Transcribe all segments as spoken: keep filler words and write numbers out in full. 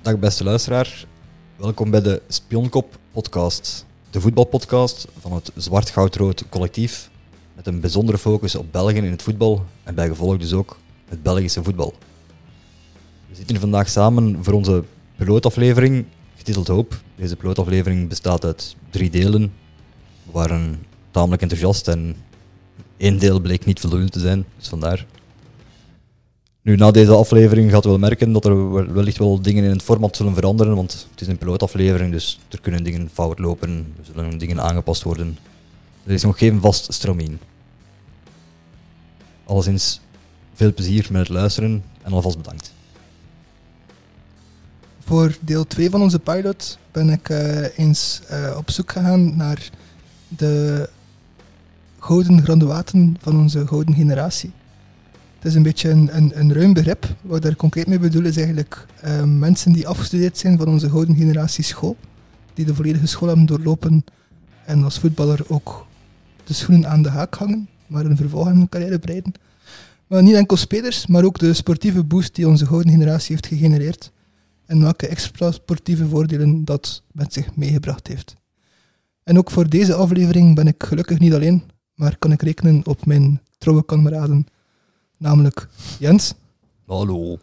Dag beste luisteraar, welkom bij de Spionkop podcast. De voetbalpodcast van het Zwart-Goud-Rood collectief met een bijzondere focus op België in het voetbal en bij gevolg dus ook het Belgische voetbal. We zitten hier vandaag samen voor onze pilootaflevering, getiteld Hoop. Deze pilootaflevering bestaat uit drie delen. We waren tamelijk enthousiast en één deel bleek niet voldoende te zijn, dus vandaar. Nu, na deze aflevering gaat u wel merken dat er wellicht wel dingen in het format zullen veranderen, want het is een pilootaflevering, dus er kunnen dingen fout lopen, er zullen dingen aangepast worden. Er is nog geen vast stramien. Alleszins veel plezier met het luisteren en alvast bedankt. Voor deel twee van onze pilot ben ik uh, eens uh, op zoek gegaan naar de gouden graduaten van onze gouden generatie. Het is een beetje een, een, een ruim begrip. Wat ik daar concreet mee bedoel is eigenlijk uh, mensen die afgestudeerd zijn van onze gouden generatie school, die de volledige school hebben doorlopen en als voetballer ook de schoenen aan de haak hangen, maar een vervolg aan hun carrière breiden. Maar niet enkel spelers, maar ook de sportieve boost die onze gouden generatie heeft gegenereerd en welke extra sportieve voordelen dat met zich meegebracht heeft. En ook voor deze aflevering ben ik gelukkig niet alleen, maar kan ik rekenen op mijn trouwe kameraden, namelijk Jens. Hallo.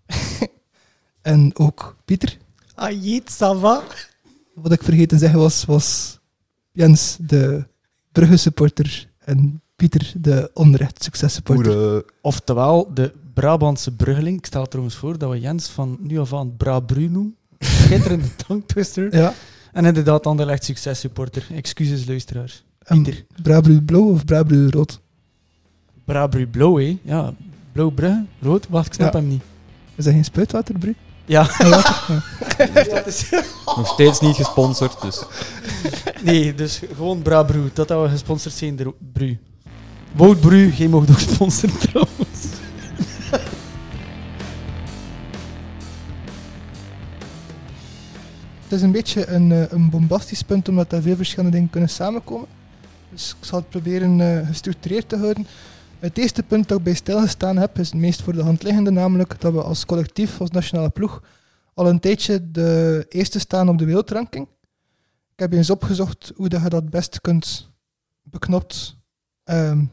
En ook Pieter. Aïet, ça va? Wat ik vergeten te zeggen was, was Jens de Brugge supporter en Pieter de onrecht succes supporter. Hoera. Oftewel, de Brabantse Bruggeling. Ik stel trouwens voor dat we Jens van nu af aan Bra-Bru noemen. Schitterende tongue-twister. Ja. En inderdaad, Anderlecht succes supporter. Excuses, luisteraars. En Pieter. Brabru blauw of Brabru rood? Bra-Bru blauw, hè? Ja, blauw Brugge, rood. Wacht, ik snap Ja. hem niet. Is dat geen spuitwaterbru? Ja. Ah, water? Ja. Nog steeds niet gesponsord, dus. Nee, dus gewoon Bra-Bru. Dat we gesponsord zijn door Bru. Wout Bru, jij mag nog sponsoren trouwens. Het is een beetje een, uh, een bombastisch punt, omdat daar veel verschillende dingen kunnen samenkomen. Dus ik zal het proberen uh, gestructureerd te houden. Het eerste punt dat ik bij stilgestaan heb, is het meest voor de hand liggende, namelijk dat we als collectief, als nationale ploeg, al een tijdje de eerste staan op de wereldranking. Ik heb eens opgezocht hoe dat je dat best kunt beknopt um,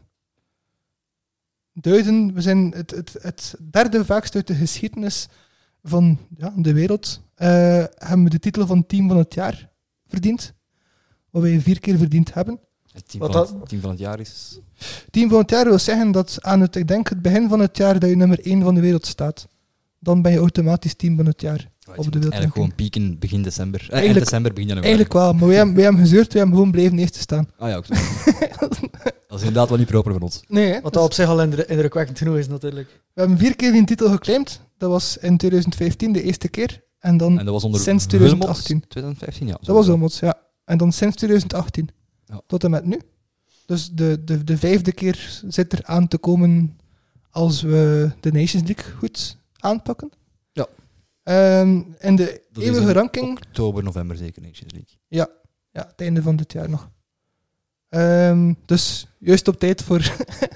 duiden. We zijn het, het, het derde vaakst uit de geschiedenis van ja, de wereld. Uh, hebben we de titel van team van het jaar verdiend. Wat wij vier keer verdiend hebben. Het team, Wat van dat- het, team van het jaar is... Team van het jaar wil zeggen dat aan het, ik denk, het begin van het jaar dat je nummer één van de wereld staat. Dan ben je automatisch team van het jaar. Oh, Op het de moet eigenlijk wereldranking. gewoon pieken begin december. Eh, eind Eigenlijk- december, begin januari. Eigenlijk wel, maar wij hebben, wij hebben gezeurd, wij hebben gewoon blijven eerste staan. Ah ja, ook zo. Dat is inderdaad wel niet proper van ons. Nee, hè? Wat dat op zich al indru- indrukwekkend genoeg is, natuurlijk. We hebben vier keer die titel geclaimd. Dat was in twintig vijftien de eerste keer. En dan En dat was onder sinds Wilmots, twintig achttien. twintig vijftien, ja. Dat was Wilmots, ja. En dan sinds twintig achttien. Ja. Tot en met nu. Dus de, de, de vijfde keer zit er aan te komen als we de Nations League goed aanpakken. Ja. Ehm, en de Dat is eeuwige in ranking... Oktober, november zeker Nations League. Ja, het einde van dit jaar nog. Ehm, dus juist op tijd voor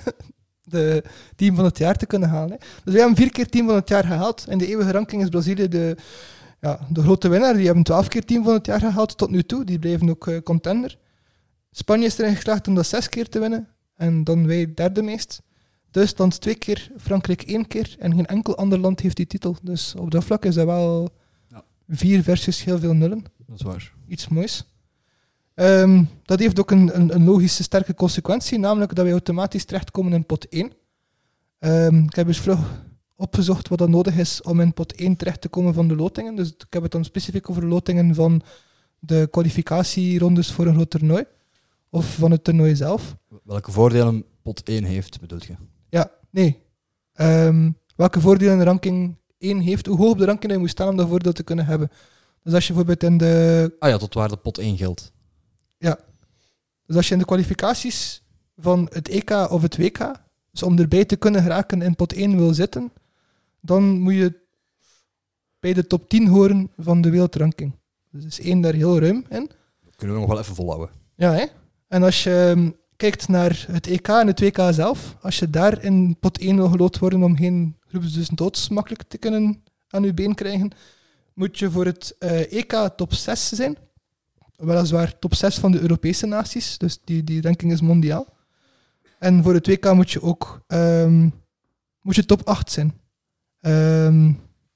de team van het jaar te kunnen halen. Hè. Dus we hebben vier keer team van het jaar gehaald. In de eeuwige ranking is Brazilië de, ja, de grote winnaar. Die hebben twaalf keer team van het jaar gehaald tot nu toe. Die blijven ook uh, contender. Spanje is erin geslaagd om dat zes keer te winnen. En dan wij derde meest. Duitsland twee keer, Frankrijk één keer. En geen enkel ander land heeft die titel. Dus op dat vlak is dat wel Ja. vier versus heel veel nullen. Dat is waar. Iets moois. Um, dat heeft ook een, een, een logische, sterke consequentie, namelijk dat wij automatisch terechtkomen in pot één. Um, ik heb eens vlug opgezocht wat dat nodig is om in pot één terecht te komen van de lotingen. Dus ik heb het dan specifiek over de lotingen van de kwalificatierondes voor een groot toernooi. Of van het toernooi zelf. Welke voordelen pot één heeft, bedoelt je? Ja, nee. Um, welke voordelen de ranking één heeft, hoe hoog op de ranking je moet staan om dat voordeel te kunnen hebben. Dus als je bijvoorbeeld in de... Ah ja, tot waar de pot één geldt. Ja. Dus als je in de kwalificaties van het E K of het W K, dus om erbij te kunnen geraken in pot één wil zitten, dan moet je bij de top tien horen van de wereldranking. Dus is één daar heel ruim in. Dat kunnen we nog wel even volhouden. Ja, hè? En als je um, kijkt naar het E K en het W K zelf, als je daar in pot één wil geloot worden om geen groepsdus doods makkelijk te kunnen aan je been krijgen, moet je voor het uh, E K top zes zijn. Weliswaar top zes van de Europese naties, dus die, die ranking is mondiaal. En voor het W K moet je ook um, moet je top acht zijn. Um,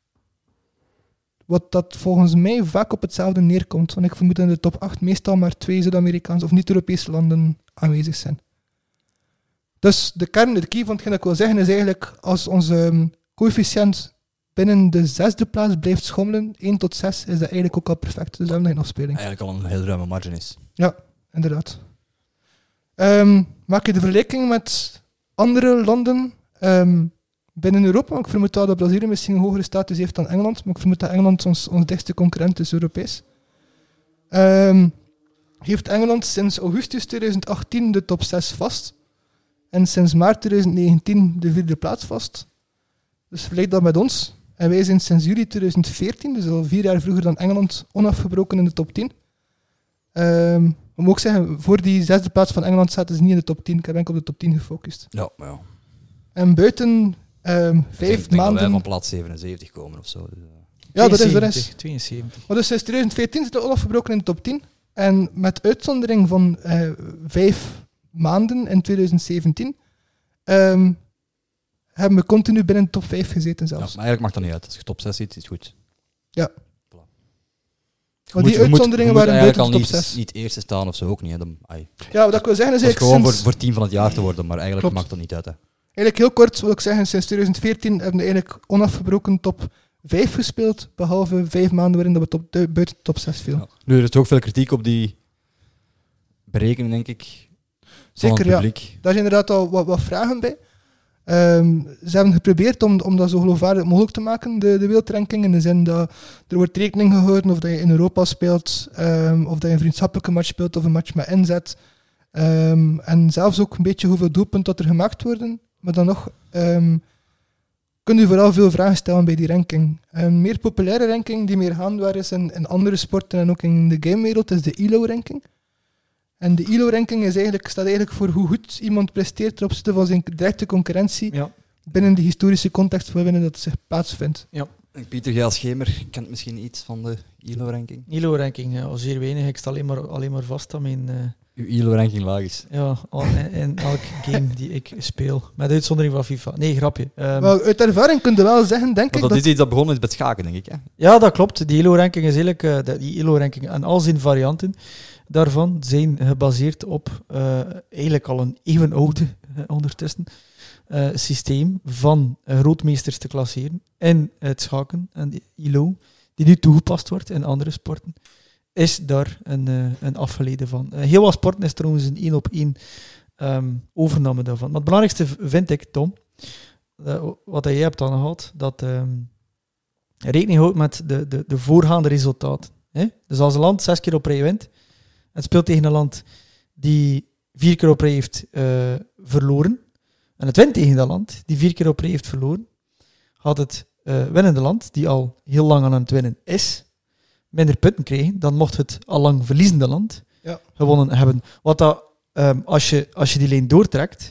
wat dat volgens mij vaak op hetzelfde neerkomt, want ik vermoed dat in de top acht meestal maar twee Zuid-Amerikaanse of niet-Europese landen aanwezig zijn. Dus de kern, de key van hetgeen dat ik wil zeggen is eigenlijk, als onze um, coëfficiënt binnen de zesde plaats blijft schommelen, één tot zes, is dat eigenlijk ook al perfect. Dus dan heb je nog speling. Eigenlijk al een heel ruime margin is. Ja, inderdaad. Um, maak je de vergelijking met andere landen um, binnen Europa? Want ik vermoed dat Brazilië misschien een hogere status heeft dan Engeland, maar ik vermoed dat Engeland ons, ons dichtste concurrent is Europees. Um, heeft Engeland sinds augustus twintig achttien de top zes vast en sinds maart twintig negentien de vierde plaats vast. Dus vergelijk dat met ons. En wij zijn sinds juli twintig veertien, dus al vier jaar vroeger dan Engeland, onafgebroken in de top tien. Um, we mogen ook zeggen, voor die zesde plaats van Engeland zaten ze niet in de top tien. Ik heb enkel op de top tien gefocust. Ja, maar ja. En buiten um, vijf ik denk, denk maanden... dat wij van plaats zevenenzeventig komen of zo. Dus, uh. Ja, dat is, dat is. tweeënzeventig. Maar dus sinds twintig veertien zitten we onafgebroken in de top tien. En met uitzondering van uh, vijf maanden in twintig zeventien... Um, hebben we continu binnen de top vijf gezeten zelfs. Ja, maar eigenlijk maakt dat niet uit. Als je top zes ziet, is het goed. Ja. Voilà. Maar die uitzonderingen waren buiten de top niet, zes. niet eerste staan of zo ook niet. Hè. Dan, ja, wat ik wil zeggen is dat eigenlijk... is gewoon sinds... voor, voor team van het jaar te worden, maar eigenlijk Klopt. maakt dat niet uit. Hè. Eigenlijk heel kort wil ik zeggen, sinds twintig veertien hebben we eigenlijk onafgebroken top vijf gespeeld, behalve vijf maanden waarin dat we top, de, buiten de top zes viel. Ja. Nu, er is ook veel kritiek op die berekening, denk ik. Zeker, van het publiek. ja. Daar zijn inderdaad al wat, wat vragen bij. Um, ze hebben geprobeerd om, om dat zo geloofwaardig mogelijk te maken, de, de wereldranking, in de zin dat er wordt rekening gehouden of dat je in Europa speelt, um, of dat je een vriendschappelijke match speelt of een match met inzet. Um, en zelfs ook een beetje hoeveel doelpunten dat er gemaakt worden. Maar dan nog um, kun je vooral veel vragen stellen bij die ranking. Een meer populaire ranking die meer gaanbaar is in, in andere sporten en ook in de gamewereld is de E L O-ranking. En de E L O-ranking is eigenlijk, staat eigenlijk voor hoe goed iemand presteert ten opzichte van zijn directe concurrentie Ja. binnen de historische context waarin dat zich plaatsvindt. Ja. Pieter, jij als schemer kent misschien iets van de E L O-ranking? E L O-ranking, ja, al zeer weinig. Ik sta alleen maar, alleen maar vast aan mijn... Uh, Uw E L O-ranking laag is. Ja, al, in, in elk game die ik speel. Met uitzondering van FIFA. Nee, grapje. Um, Wel, uit ervaring kun je wel zeggen, denk Want ik... dat is iets dat begonnen is met schaken, denk ik. Hè? Ja, dat klopt. Die E L O-ranking is eigenlijk... Uh, de, die E L O-ranking en al zijn varianten daarvan zijn gebaseerd op uh, eigenlijk al een eeuwenoude uh, ondertussen uh, systeem van uh, grootmeesters te klasseren in het schaken en die E L O, die nu toegepast wordt in andere sporten, is daar een, uh, een afgeleide van. Uh, heel wat sporten is trouwens een één op één um, overname daarvan. Maar het belangrijkste vind ik, Tom, uh, wat jij hebt aangehaald, dat um, rekening houdt met de, de, de voorgaande resultaten. Hè? Dus als een land zes keer op rij wint, en speelt tegen een land die vier keer op rij heeft uh, verloren, en het wint tegen dat land die vier keer op rij heeft verloren, gaat het uh, winnende land, die al heel lang aan het winnen is, minder punten krijgen dan mocht het al lang verliezende land ja. gewonnen hebben. Wat dat, um, als, je, als je die lijn doortrekt,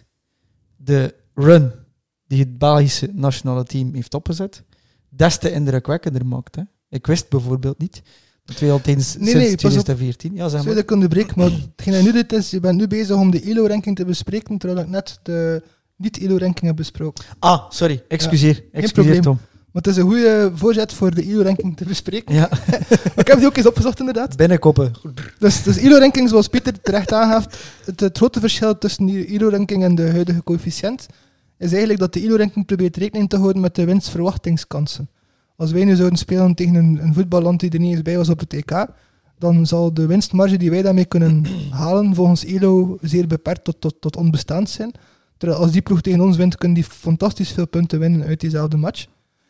de run die het Belgische nationale team heeft opgezet, des te indrukwekkender maakt. Hè. Ik wist bijvoorbeeld niet dat wij al tijdens nee, nee, twintig veertien... Ja, zeg maar. Zou je dat kunnen breken, maar hetgeen dat nu dit is, je bent nu bezig om de E L O-ranking te bespreken, terwijl ik net de niet-E L O-ranking heb besproken. Ah, sorry. Excuseer. Ja, Excuseer, Tom. Maar het is een goede voorzet voor de E L O-ranking te bespreken. Ja. Maar ik heb die ook eens opgezocht, inderdaad. Binnenkoppen. Dus, dus E L O-ranking, zoals Pieter terecht aangeeft, het, het grote verschil tussen de E L O-ranking en de huidige coëfficiënt is eigenlijk dat de E L O-ranking probeert rekening te houden met de winstverwachtingskansen. Als wij nu zouden spelen tegen een, een voetballand die er niet eens bij was op het E K, dan zal de winstmarge die wij daarmee kunnen halen volgens E L O zeer beperkt tot, tot, tot onbestaand zijn. Terwijl als die ploeg tegen ons wint, kunnen die fantastisch veel punten winnen uit diezelfde match.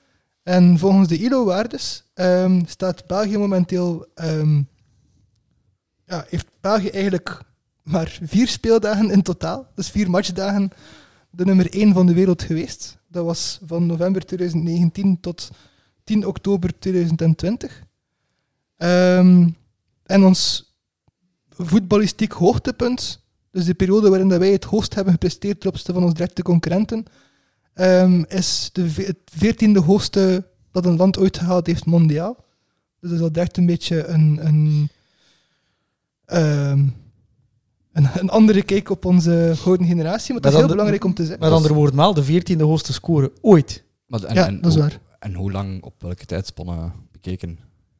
En volgens de E L O-waardes um, staat België momenteel... Um, ja, heeft België eigenlijk maar vier speeldagen in totaal. Dus vier matchdagen de nummer één van de wereld geweest. Dat was van november twintig negentien tot tien oktober twintig twintig. Um, en ons voetballistiek hoogtepunt, dus de periode waarin dat wij het hoogst hebben gepresteerd ten opzichte van onze directe concurrenten, um, is de ve- het veertiende hoogste dat een land ooit gehaald heeft mondiaal. Dus dat is al echt een beetje een, een, um, een, een andere kijk op onze gouden generatie. Maar het is heel belangrijk om te zeggen. Met andere woorden, wel de veertiende hoogste score ooit. Maar en, ja, en, dat is hoe, waar. En hoe lang, op welke tijdspannen bekeken?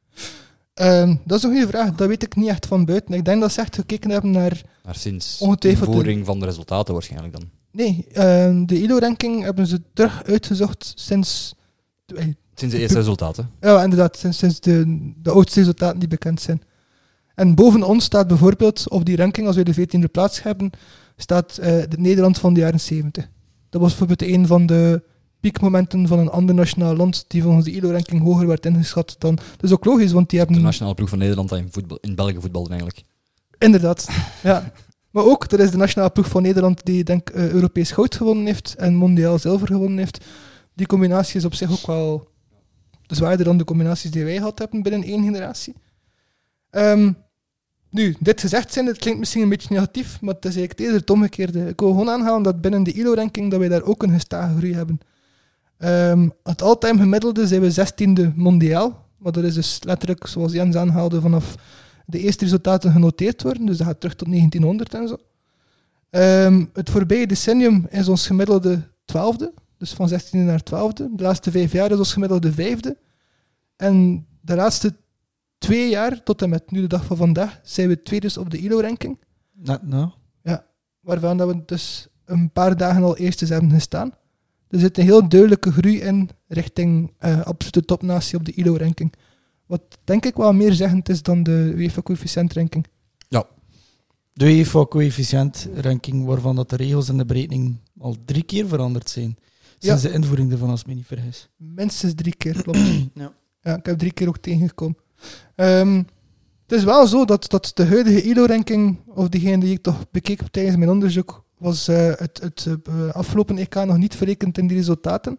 Um, dat is een goede vraag. Dat weet ik niet echt van buiten. Ik denk dat ze echt gekeken hebben naar... Maar sinds ongetwijfeld invoering van de resultaten waarschijnlijk dan? Nee, uh, de I L O-ranking hebben ze terug uitgezocht sinds... Eh, Sinds de eerste resultaten? Ja, inderdaad. Sinds, sinds de, de oudste resultaten die bekend zijn. En boven ons staat bijvoorbeeld op die ranking, als we de veertiende plaats hebben, staat uh, het Nederland van de jaren zeventig. Dat was bijvoorbeeld een van de piekmomenten van een ander nationaal land die volgens de I L O-ranking hoger werd ingeschat dan... Dat is ook logisch, want die hebben... De nationale ploeg van Nederland dat in, voetbal, in België voetbalde eigenlijk. Inderdaad, ja. Maar ook, er is de nationale ploeg van Nederland die, denk uh, Europees goud gewonnen heeft en mondiaal zilver gewonnen heeft. Die combinatie is op zich ook wel zwaarder dan de combinaties die wij gehad hebben binnen één generatie. Um, nu, dit gezegd zijn, het klinkt misschien een beetje negatief, maar het is eigenlijk eerder het omgekeerde. Ik wil gewoon aanhalen dat binnen de I L O-ranking dat wij daar ook een gestage groei hebben. Um, het all-time gemiddelde zijn we zestiende mondiaal, maar dat is dus letterlijk, zoals Jens aanhaalde, vanaf de eerste resultaten genoteerd worden, dus dat gaat terug tot negentienhonderd en zo. Um, het voorbije decennium is ons gemiddelde twaalfde, dus van zestiende naar twaalfde. De laatste vijf jaar is ons gemiddelde vijfde. En de laatste twee jaar, tot en met nu de dag van vandaag, zijn we tweede op de I L O-ranking. Net nou. Ja, waarvan dat we dus een paar dagen al eerste hebben gestaan. Er zit een heel duidelijke groei in richting uh, absolute topnatie op de I L O-ranking. Wat denk ik wel meer zeggend is dan de UEFA-coëfficiënt-ranking. Ja. De UEFA-coëfficiënt-ranking, waarvan dat de regels en de berekening al drie keer veranderd zijn. Sinds ja. de invoering ervan, als ik me niet vergis. Minstens drie keer, klopt. ja. ja, ik heb drie keer ook tegengekomen. Um, het is wel zo dat, dat de huidige I L O-ranking, of diegene die ik toch bekeek tijdens mijn onderzoek, was uh, het, het uh, afgelopen E K nog niet verrekend in die resultaten.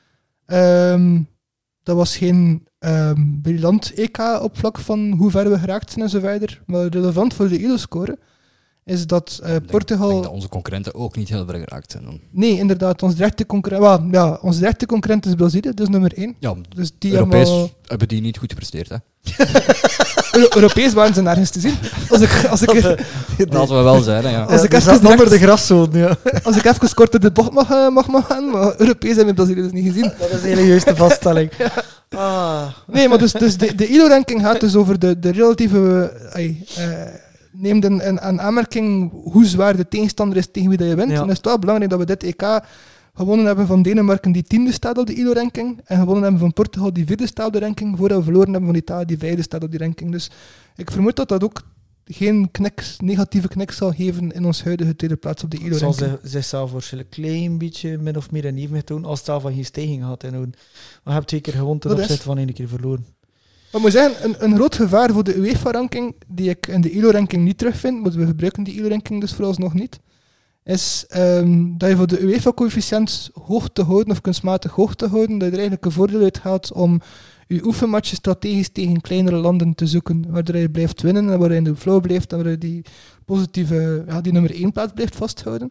Um, dat was geen um, briljant E K op vlak van hoe ver we geraakt zijn en zo verder. Maar relevant voor de I L O-score is dat uh, Portugal... Ik denk dat onze concurrenten ook niet heel ver geraakt zijn dan. Nee, inderdaad. Onze directe concurrent, well, ja, onze directe concurrent is Brazilië, dus nummer één. Ja, dus die Europees hebben, al... hebben die niet goed gepresteerd, hè? Euro- Europees waren ze nergens te zien. Als ik, als ik, dat laten we wel zijn, hè, ja. Als ik ja, even onder de graszone, ja. Als ik even kort in de bocht mag, uh, mag, mag gaan, maar Europees hebben we Brazilië dus niet gezien. Dat is een hele juiste vaststelling. ja. ah. Nee, maar dus, dus de, de I L O-ranking gaat dus over de, de relatieve... Uh, uh, neemt in, in, in aanmerking hoe zwaar de tegenstander is tegen wie dat je wint. Ja. En het is wel belangrijk dat we dit E K gewonnen hebben van Denemarken, die tiende staat op de I L O-ranking, en gewonnen hebben van Portugal, die vierde staat op de ranking, voordat we verloren hebben van Italië, die vijfde staat op die ranking. Dus ik vermoed dat dat ook geen kniks, negatieve knik zal geven in ons huidige tweede plaats op de I L O-ranking. Het zal zichzelf waarschijnlijk een klein beetje min of meer in evenwicht doen, als het zelf van geen stijging gaat inhouden. Maar je hebt twee keer gewonnen ten opzichte van één keer verloren. Maar ik moet zeggen, een, een groot gevaar voor de UEFA-ranking, die ik in de I L O-ranking niet terugvind, want we gebruiken die I L O-ranking dus vooralsnog niet, is um, dat je voor de UEFA-coëfficiënt hoog te houden, of kunstmatig hoog te houden, dat je er eigenlijk een voordeel uit haalt om je oefenmatchen strategisch tegen kleinere landen te zoeken, waardoor je blijft winnen en waar je in de flow blijft en waar je die positieve, ja, die nummer één plaats blijft vasthouden.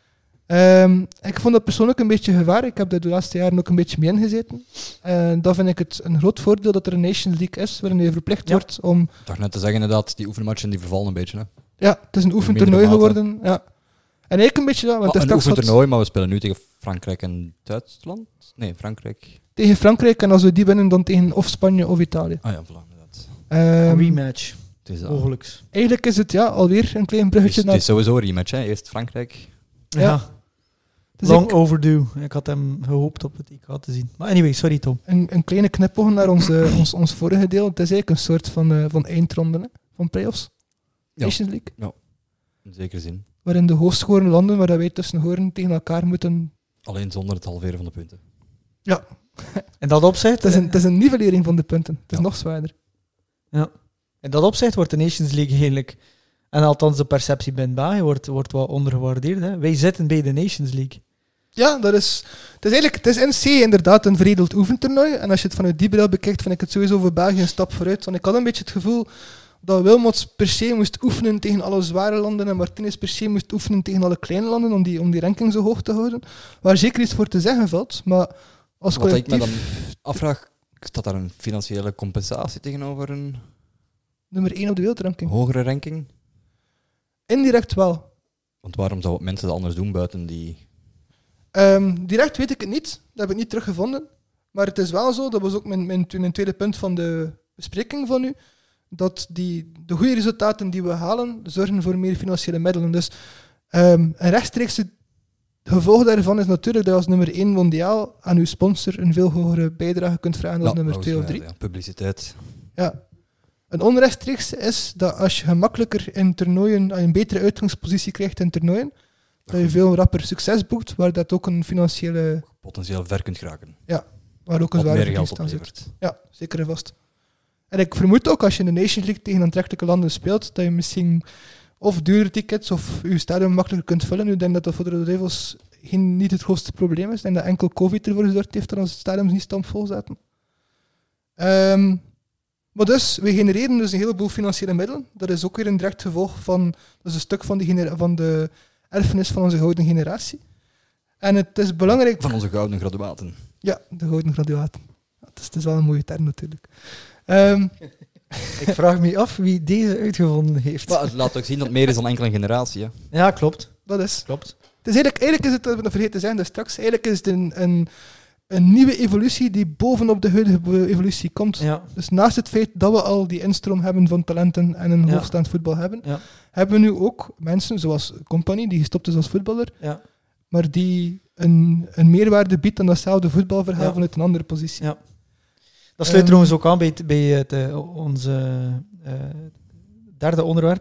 Um, ik vond dat persoonlijk een beetje gevaar. Ik heb daar de laatste jaren ook een beetje mee ingezeten. En dan vind ik het een groot voordeel dat er een Nations League is, waarin je verplicht ja. wordt om... Ik dacht net te zeggen inderdaad, die oefenmatchen die vervallen een beetje. Hè? Ja, het is een oefentoernooi geworden. Ja. En eigenlijk een beetje dat. Want oh, een oefentoernooi, wat... maar we spelen nu tegen Frankrijk en Duitsland? Nee, Frankrijk. Tegen Frankrijk, en als we die winnen, dan tegen of Spanje of Italië. Ah ja, voilà, inderdaad. Um, een rematch. Mogelijk. Eigenlijk is het ja, alweer een klein bruggetje. Het is, het is sowieso een rematch, hè. Eerst Frankrijk. Ja. ja. Dus Long ik, overdue. Ik had hem gehoopt op het I K te zien. Maar anyway, sorry Tom. Een, een kleine knipoog naar onze, ons, ons vorige deel. Het is eigenlijk een soort van, uh, van eindronde, hè, van playoffs. Ja. Nations League. Ja, in zekere zin. Waarin de hoogstgescorene landen, waar wij tussen horen, tegen elkaar moeten... Alleen zonder het halveren van de punten. Ja. En dat opzicht... Het is een, het is een nivellering van de punten. Het is ja. nog zwaarder. Ja. En dat opzicht wordt de Nations League eigenlijk... En althans de perceptie binnen België wordt, wordt wat ondergewaardeerd. Hè. Wij zitten bij de Nations League. Ja, dat is... Het is eigenlijk... Het is in C inderdaad een veredeld oefentoernooi. En als je het vanuit die bril bekijkt, vind ik het sowieso voor België een stap vooruit. Want ik had een beetje het gevoel dat Wilmots per se moest oefenen tegen alle zware landen en Martinez per se moest oefenen tegen alle kleine landen om die, om die ranking zo hoog te houden. Waar zeker iets voor te zeggen valt, maar als Wat collectief... ik me dan afvraag, Staat daar een financiële compensatie tegenover een Nummer één op de wereldranking. hogere ranking? Indirect wel. Want waarom zouden mensen dat anders doen buiten die... Um, direct weet ik het niet. Dat heb ik niet teruggevonden. Maar het is wel zo, dat was ook mijn, mijn, mijn tweede punt van de bespreking van u, dat die, de goede resultaten die we halen, zorgen voor meer financiële middelen. Dus um, een rechtstreekse gevolg daarvan is natuurlijk dat je als nummer één mondiaal aan uw sponsor een veel hogere bijdrage kunt vragen dan Ja, nummer dat twee was, of ja, drie. ja, publiciteit. Ja. Een onrechtstreekse is dat als je gemakkelijker in toernooien, als je een betere uitgangspositie krijgt in toernooien, dat je veel rapper succes boekt, waar dat ook een financiële, Potentieel ver kunt geraken. waar ook een Wat zware meer geld verdienst aan zit. oplevert. Ja, zeker en vast. En ik vermoed ook, als je in de Nations League tegen aantrekkelijke landen speelt, dat je misschien of duurdere tickets of je stadion makkelijker kunt vullen. Ik denk dat dat voor de Ravens geen, niet het grootste probleem is. Ik denk dat enkel COVID ervoor gezorgd heeft dat onze stadions niet stampvol zaten. Um, maar dus, we genereren dus een heleboel financiële middelen. Dat is ook weer een direct gevolg van, dat is een stuk van, die genera- van de erfenis van onze gouden generatie. En het is belangrijk... Van onze gouden graduaten. Ja, de gouden graduaten. Het is, het is wel een mooie term natuurlijk. Um, Ik vraag me af wie deze uitgevonden heeft. Maar het laat ook zien dat het meer is dan enkele generatie. Hè. Ja, klopt. dat is... klopt. Het is eigenlijk, eigenlijk is het, dat we vergeten te zeggen, dus straks, eigenlijk is het een, een, een nieuwe evolutie die bovenop de huidige evolutie komt. Ja. Dus naast het feit dat we al die instroom hebben van talenten en een Ja. hoogstaand voetbal hebben, Ja. hebben we nu ook mensen zoals Company, die gestopt is als voetballer, Ja. maar die een, een meerwaarde biedt aan datzelfde voetbalverhaal Ja. vanuit een andere positie. Ja. Dat sluit Ehm. trouwens ook aan bij, het, bij het, uh, onze uh, derde onderwerp.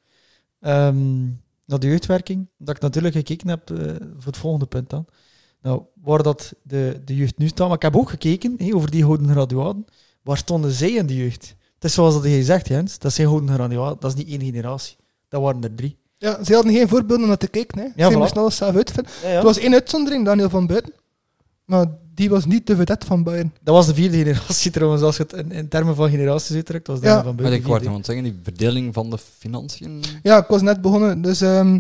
Um, naar de jeugdwerking. Dat ik natuurlijk gekeken heb uh, voor het volgende punt dan. Nou, waar dat de, de jeugd nu staat. Maar ik heb ook gekeken hey, over die gouden graduaten. Waar stonden zij in de jeugd? Het is zoals dat je zegt, Jens. Dat zijn gouden graduaten. Dat is niet één generatie. Dat waren er drie. Ja, ze hadden geen voorbeelden om naar te kijken. Hè. Ja, ze voilà. moesten alles zelf uitvinden. Ja, ja. Er was één uitzondering, Daniel van Buiten. Maar die was niet de vedette van Bayern. Dat was de vierde generatie trouwens, als je het in, in termen van generaties uitdrukt. Was Ja. Daniel van Maar Buiten ik wou vierde. nog zeggen, die verdeling van de financiën... Ja, ik was net begonnen. Dus um,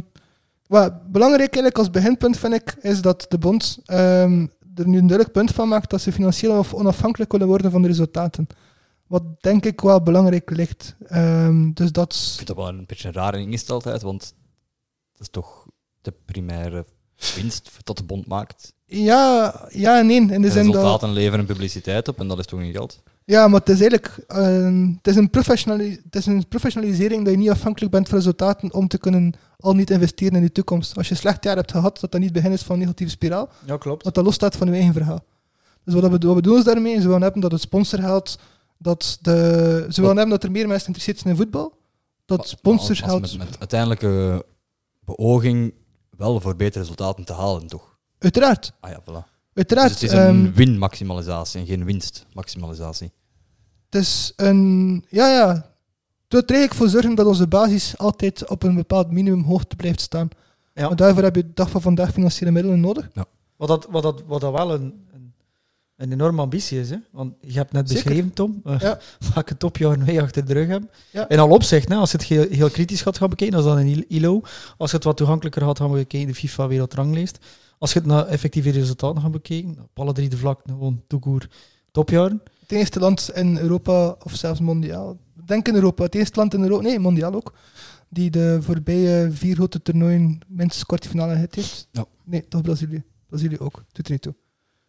wat belangrijk eigenlijk als beginpunt vind ik, is dat de bond um, er nu een duidelijk punt van maakt dat ze financieel of onafhankelijk willen worden van de resultaten. Wat denk ik wel belangrijk ligt. Um, dus dat Ik is- vind dat wel een beetje een rare ingesteldheid, want dat is toch de primaire winst dat de bond maakt. ja, ja en nee. In de De zin dat, resultaten leveren publiciteit op en dat is toch geen geld? ja, maar het is eigenlijk um, het is een, professionali- het is een professionalisering dat je niet afhankelijk bent van resultaten om te kunnen al niet investeren in de toekomst. Als je een slecht jaar hebt gehad, dat dat niet het begin is van een negatieve spiraal. Ja, klopt. Dat dat losstaat van je eigen verhaal. Dus wat we, wat we doen is daarmee, ze willen hebben dat het sponsorgeld, dat de, ze willen hebben dat er meer mensen geïnteresseerd zijn in voetbal, dat Maar- sponsorgeld... maar als Met, met uiteindelijke beoging wel voor betere resultaten te halen, toch? Uiteraard, Ah ja, voilà. uiteraard. Dus het is een ehm, win-maximalisatie en geen winst-maximalisatie. het is een... Ja, ja. Het wil er eigenlijk voor zorgen dat onze basis altijd op een bepaald minimumhoogte blijft staan. Ja. Maar daarvoor heb je de dag van vandaag financiële middelen nodig. Wat dat, wat dat, wat dat wel een, een, een enorme ambitie is. Hè? Want je hebt net Zeker. beschreven, Tom, uh, Ja. welke topjaren wij achter de rug hebben. Ja. In al opzicht, hè, als je het heel, heel kritisch gaat gaan bekijken, dat is dan een I L O. Als je het wat toegankelijker gaat gaan bekijken, de FIFA wereldranglijst. Als je het naar effectieve resultaten gaat bekijken, op alle drie de vlakken gewoon toekoer topjaren. Het eerste land in Europa, of zelfs mondiaal. Ik denk in Europa. Het eerste land in Europa, nee, mondiaal ook, die de voorbije vier grote toernooien minstens kwartfinale gehad heeft. Ja. Nee, toch Brazilië. Brazilië ook. Doet er niet toe.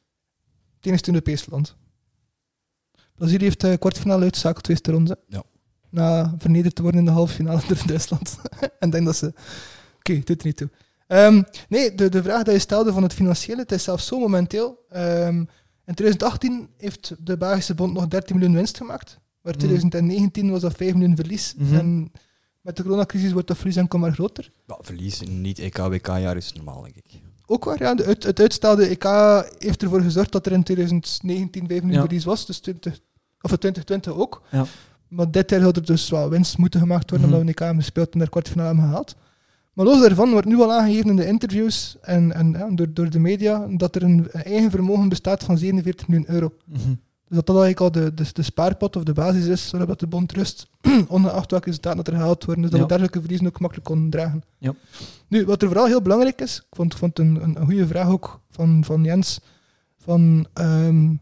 Het enige Europees land. Brazilië heeft de kwartfinale uitzakeld tweede ronde. Ja. Na vernederd te worden in de halve finale door Duitsland. En ik denk dat ze... Oké, okay, doet er niet toe. Um, nee, de, de vraag die je stelde van het financiële, het is zelfs zo momenteel. Um, in twintig achttien heeft de Belgische Bond nog dertien miljoen winst gemaakt. Maar twintig negentien was dat vijf miljoen verlies. Mm-hmm. En met de coronacrisis wordt dat verlies enkel maar groter. Ja, verlies in niet-E K W K-jaar is normaal, denk ik. Ook waar, ja. De, het, het uitstelde E K heeft ervoor gezorgd dat er in twintig negentien vijf miljoen Ja. verlies was. Dus twintig, of twintig twintig ook. Ja. Maar dit jaar zou er dus wel winst moeten gemaakt worden, Mm-hmm. omdat we een E K hebben gespeeld en daar kwartfinale hebben gehaald. Maar los daarvan wordt nu al aangegeven in de interviews en, en ja, door, door de media dat er een eigen vermogen bestaat van zevenenveertig miljoen euro. Mm-hmm. Dus dat dat eigenlijk al de, de, de spaarpot of de basis is waarop dat de bond rust, ongeacht welke resultaten dat er gehaald worden. Dus dat Ja. we dergelijke verliezen ook makkelijk konden dragen. Ja. Nu, wat er vooral heel belangrijk is, ik vond, vond een, een, een goede vraag ook van, van Jens, van um,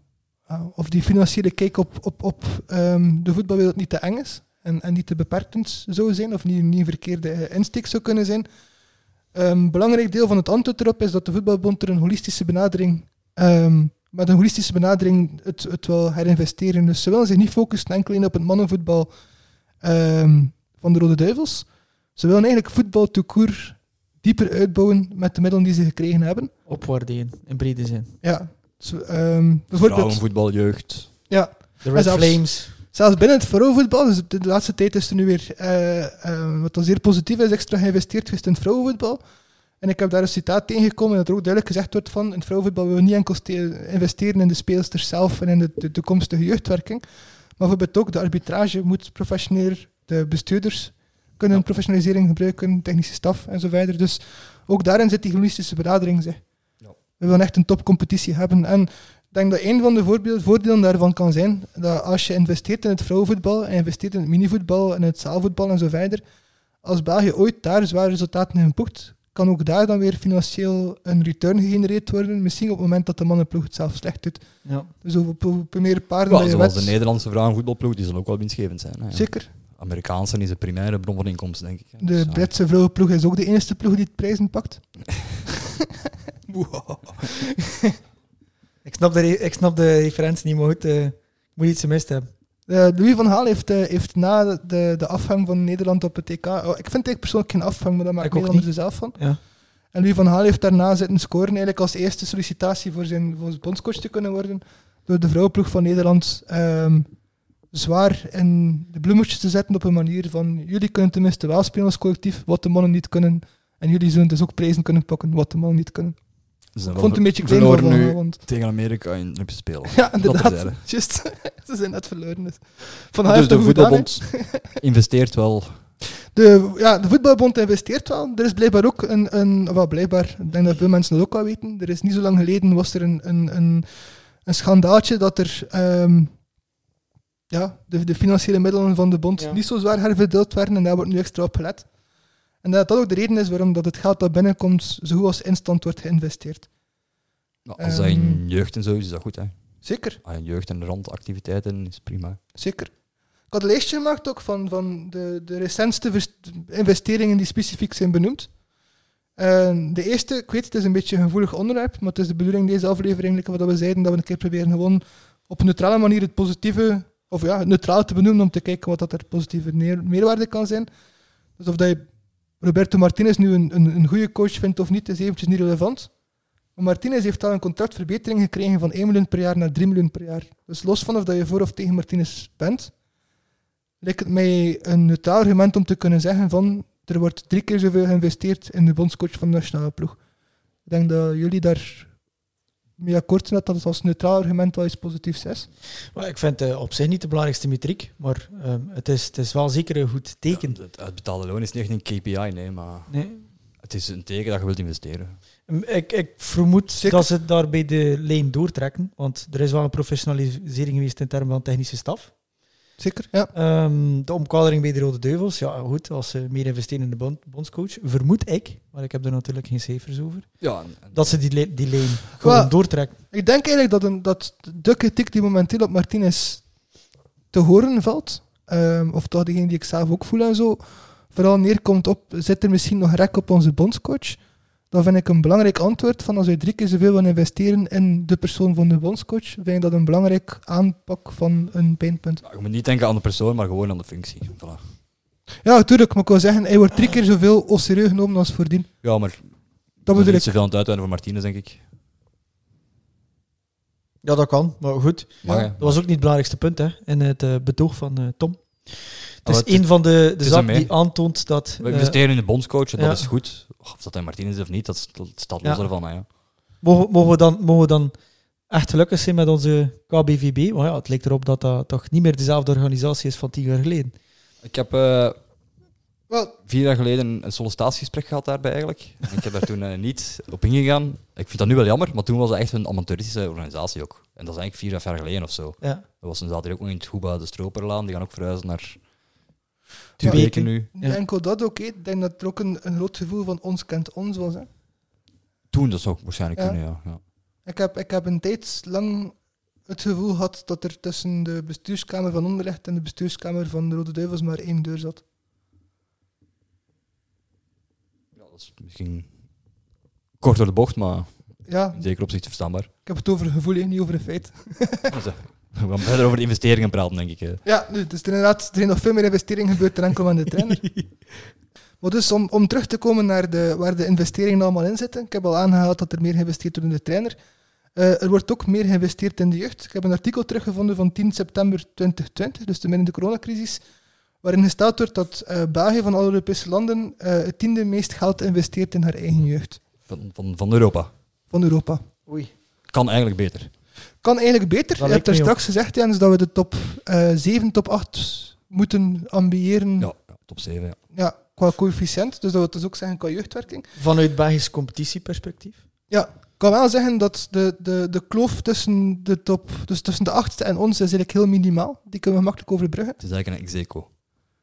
uh, of die financiële kijk op, op, op um, de voetbalwereld niet te eng is en, en niet te beperkend zou zijn, of niet, niet een verkeerde insteek zou kunnen zijn. Een um, belangrijk deel van het antwoord erop is dat de voetbalbond er een holistische benadering, um, met een holistische benadering het, het wil herinvesteren. Dus ze willen zich niet focussen enkel op het mannenvoetbal um, van de Rode Duivels. Ze willen eigenlijk voetbal tout court dieper uitbouwen met de middelen die ze gekregen hebben. Opwaarderen, in brede zin. Ja. Dus, um, bijvoorbeeld... Vrouwenvoetbal, jeugd. Ja. De Red zelfs, Flames. Zelfs binnen het vrouwenvoetbal, dus de laatste tijd is er nu weer, uh, uh, wat al zeer positief is, extra geïnvesteerd geweest in het vrouwenvoetbal. En ik heb daar een citaat tegengekomen dat er ook duidelijk gezegd wordt van, in het vrouwenvoetbal willen we niet enkel ste- investeren in de speelsters zelf en in de, de toekomstige jeugdwerking, maar bijvoorbeeld ook de arbitrage moet professioneler, de bestuurders kunnen ja. professionalisering gebruiken, technische staf en zo verder. Dus ook daarin zit die holistische benadering. Zeg. Ja. We willen echt een topcompetitie hebben. En ik denk dat een van de voorbeelden, voordelen daarvan kan zijn dat als je investeert in het vrouwenvoetbal en investeert in het minivoetbal en het zaalvoetbal en zo verder, als België ooit daar zware resultaten in boekt, kan ook daar dan weer financieel een return gegenereerd worden. Misschien op het moment dat de mannenploeg het zelf slecht doet. Ja. Dus op, op meer paarden Ja, dat je zoals wet. de Nederlandse vrouwenvoetbalploeg, die zullen ook wel winstgevend zijn. Hè, ja. Zeker. Amerikaanse is de primaire bron van inkomsten, denk ik. Hè. De Dus, ja. Britse vrouwenploeg is ook de enige ploeg die het prijzen pakt. Wow. ik, snap de re- ik snap de referentie niet, maar goed, uh, ik moet iets gemist hebben. Uh, Louis van Gaal heeft, uh, heeft na de, de afgang van Nederland op het E K... Oh, ik vind het eigenlijk persoonlijk geen afgang, maar daar maakt Nederland er zelf van. Ja. En Louis van Gaal heeft daarna zitten scoren, eigenlijk als eerste sollicitatie voor zijn, voor zijn bondscoach te kunnen worden, door de vrouwenploeg van Nederland um, zwaar in de bloemetjes te zetten op een manier van jullie kunnen tenminste wel spelen als collectief, wat de mannen niet kunnen. En jullie zullen dus ook prijzen kunnen pakken, wat de mannen niet kunnen. Ik vond het een beetje klein voor Van Gaal. Want... tegen Amerika in Olympische Spelen. Ja, inderdaad. Just. Ze zijn net verloren. Dus, van dus de voetbalbond investeert wel... De, ja, de voetbalbond investeert wel. Er is blijkbaar ook een... een wel, blijkbaar, ik denk dat veel mensen dat ook wel weten. Er is niet zo lang geleden was er een, een, een, een schandaaltje dat er... Um, ja, de, de financiële middelen van de bond ja. niet zo zwaar herverdeeld werden en daar wordt nu extra op gelet. En dat dat ook de reden is waarom dat het geld dat binnenkomt zo goed als instant wordt geïnvesteerd. Nou, als um, dat in jeugd en zo is, is dat goed, hè? Zeker. Ah, in jeugd en randactiviteiten is prima. Zeker. Ik had een lijstje gemaakt ook van, van de, de recentste verst- investeringen die specifiek zijn benoemd. Uh, de eerste, ik weet het is een beetje een gevoelig onderwerp, maar het is de bedoeling deze aflevering, wat we zeiden, dat we een keer proberen gewoon op een neutrale manier het positieve, of ja, het neutraal te benoemen om te kijken wat dat er positieve neer, meerwaarde kan zijn. Dus of dat je Roberto Martinez nu een, een, een goede coach vindt of niet, is eventjes niet relevant. Maar Martinez heeft al een contractverbetering gekregen van één miljoen per jaar naar drie miljoen per jaar. Dus los van of dat je voor of tegen Martinez bent, lijkt het mij een neutraal argument om te kunnen zeggen van er wordt drie keer zoveel geïnvesteerd in de bondscoach van de nationale ploeg. Ik denk dat jullie daar mee akkoord zijn dat dat als neutraal argument wel iets positiefs is. Well, ik vind het uh, op zich niet de belangrijkste metriek, maar um, het, is, het is wel zeker een goed teken. Ja, het uitbetaalde loon is niet echt een K P I, nee, maar nee. Het is een teken dat je wilt investeren. Ik, ik vermoed zeker dat ze daar bij de lijn doortrekken, want er is wel een professionalisering geweest in termen van technische staf. Zeker, ja. Um, de omkadering bij de Rode Duivels, ja goed, als ze meer investeren in de bond, bondscoach, vermoed ik, maar ik heb er natuurlijk geen cijfers over, ja, en, en dat ze die, die lijn gewoon well, doortrekken. Ik denk eigenlijk dat, een, dat de kritiek die momenteel op Martinez te horen valt, um, of toch degene die ik zelf ook voel en zo, vooral neerkomt op, zit er misschien nog rek op onze bondscoach? Dan vind ik een belangrijk antwoord van als wij drie keer zoveel willen investeren in de persoon van de bondscoach, vind ik dat een belangrijk aanpak van een pijnpunt. Nou, je moet niet denken aan de persoon, maar gewoon aan de functie. Voilà. Ja, natuurlijk, maar ik wil zeggen, hij wordt drie keer zoveel au serieus genomen als voordien. Ja, maar dat bedoel ik. Zoveel aan het uitweiden voor Martinez, denk ik. Ja, dat kan, maar goed. Ja, ja. Dat was ook niet het belangrijkste punt hè, in het uh, betoog van uh, Tom. Het is oh, een van de, de zaken die aantoont dat... We investeren uh, in de bondscoach, en ja. dat is goed. Of dat hij Martinez is of niet, dat, dat staat los ja. ervan. Hè, ja. mogen, mogen, we dan, mogen we dan echt gelukkig zijn met onze K B V B? Maar ja, het lijkt erop dat dat toch niet meer dezelfde organisatie is van tien jaar geleden. Ik heb uh, well. vier jaar geleden een sollicitatiegesprek gehad daarbij eigenlijk. En ik heb daar toen uh, niet op ingegaan. Ik vind dat nu wel jammer, maar toen was het echt een amateuristische organisatie ook. En dat is eigenlijk vier, vijf jaar geleden of zo. Ja. Dat was een zaad hier ook nog in het Hoeba de Stroperlaan. Die gaan ook verhuizen naar... Ja, weken nu. Niet ja. enkel dat ook, okay. Ik denk dat er ook een, een groot gevoel van ons kent ons was. Hè. Toen, dat zou waarschijnlijk ja. kunnen, ja. ja. Ik heb, ik heb een tijd lang het gevoel had dat er tussen de bestuurskamer van Anderlecht en de bestuurskamer van de Rode Duivels maar één deur zat. Ja, dat is misschien kort door de bocht, maar Ja, in zekere opzicht verstaanbaar. ik heb het over een gevoel, hè, niet over een feit. Dus, eh, we gaan verder over de investeringen praten, denk ik. eh. Ja, nu, dus er, inderdaad, er zijn nog veel meer investeringen gebeurd dan enkel aan de trainer. Maar dus om, om terug te komen naar de, waar de investeringen allemaal in zitten. Ik heb al aangehaald dat er meer geïnvesteerd wordt in de trainer. Uh, er wordt ook meer geïnvesteerd in de jeugd. Ik heb een artikel teruggevonden van tien september tweeduizend twintig, dus te midden in de coronacrisis, waarin gesteld wordt dat uh, België van alle Europese landen uh, het tiende meest geld investeert in haar eigen jeugd. Van, van, van Europa. Van Europa. Oei. Kan eigenlijk beter. Kan eigenlijk beter. Dat Je hebt lijkt daar me straks gezegd, Jens, dat we de top uh, zeven, top acht moeten ambiëren. Ja, ja top zeven. Ja. Ja, qua coëfficiënt. Dus dat wil dus ook zeggen qua jeugdwerking. Vanuit Belgisch competitieperspectief? Ja, ik kan wel zeggen dat de, de, de kloof tussen de top, dus tussen de achtste en ons is eigenlijk heel minimaal. Die kunnen we makkelijk overbruggen. Het is eigenlijk een ex-aequo.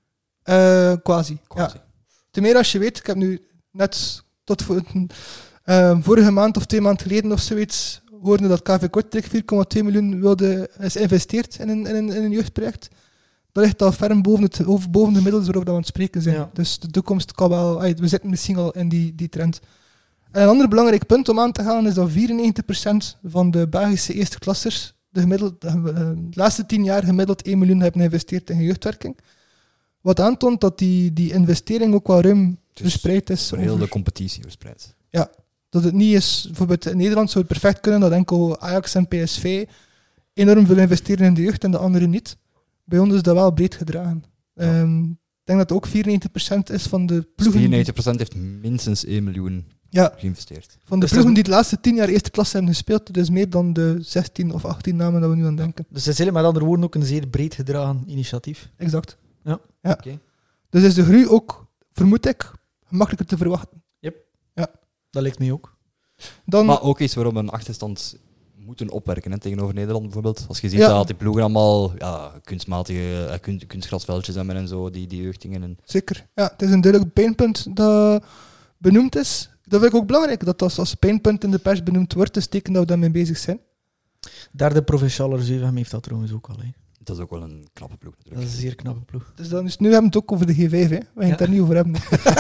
Uh, quasi. Quasi. Ja. Ten meer als je weet, ik heb nu net tot voor, uh, vorige maand of twee maanden geleden of zoiets hoorde dat K V Kortrijk vier komma twee miljoen wilde, is geïnvesteerd in een, in, een, in een jeugdproject. Dat ligt al ver boven, het, boven de middels waarover we aan het spreken zijn. Ja. Dus de toekomst kan wel... We zitten misschien al in die, die trend. En een ander belangrijk punt om aan te halen is dat vierennegentig procent van de Belgische eerste klassers de, gemiddeld, de, de laatste tien jaar gemiddeld één miljoen hebben geïnvesteerd in jeugdwerking. Wat aantoont dat die, die investering ook wel ruim dus verspreid is. Voor heel over... de competitie verspreid. Ja, dat het niet is... Bijvoorbeeld in Nederland zou het perfect kunnen dat enkel Ajax en P S V enorm veel investeren in de jeugd en de anderen niet. Bij ons is dat wel breed gedragen. Ja. Um, ik denk dat het ook vierennegentig procent is van de ploegen... Dus vierennegentig procent heeft minstens één miljoen ja. geïnvesteerd. Van de dus ploegen die de laatste tien jaar eerste klasse hebben gespeeld, dat is meer dan de zestien of achttien namen dat we nu aan denken. Dus het is met andere woorden ook een zeer breed gedragen initiatief. Exact. Ja. ja. Okay. Dus is de groei ook, vermoed ik, gemakkelijker te verwachten. Yep. Ja. Dat lijkt mij ook. Dan... Maar ook iets waarom een achterstand moeten opwerken, hè, tegenover Nederland bijvoorbeeld. Als je ziet ja. dat die ploegen allemaal ja, kunstmatige uh, kunst, kunstgrasveldjes hebben en zo, die, die jeugdingen. En... Zeker. Ja, het is een duidelijk pijnpunt dat benoemd is. Dat vind ik ook belangrijk, dat als, als pijnpunt in de pers benoemd wordt, is teken dat we daarmee bezig zijn. Derde provinciale Zevenhem heeft dat trouwens ook al. Hè. Dat is ook wel een knappe ploeg. Natuurlijk. Dat is een zeer knappe ploeg. Dus dan is, nu hebben we het ook over de G vijf, hè. We gaan ja. het daar niet over hebben.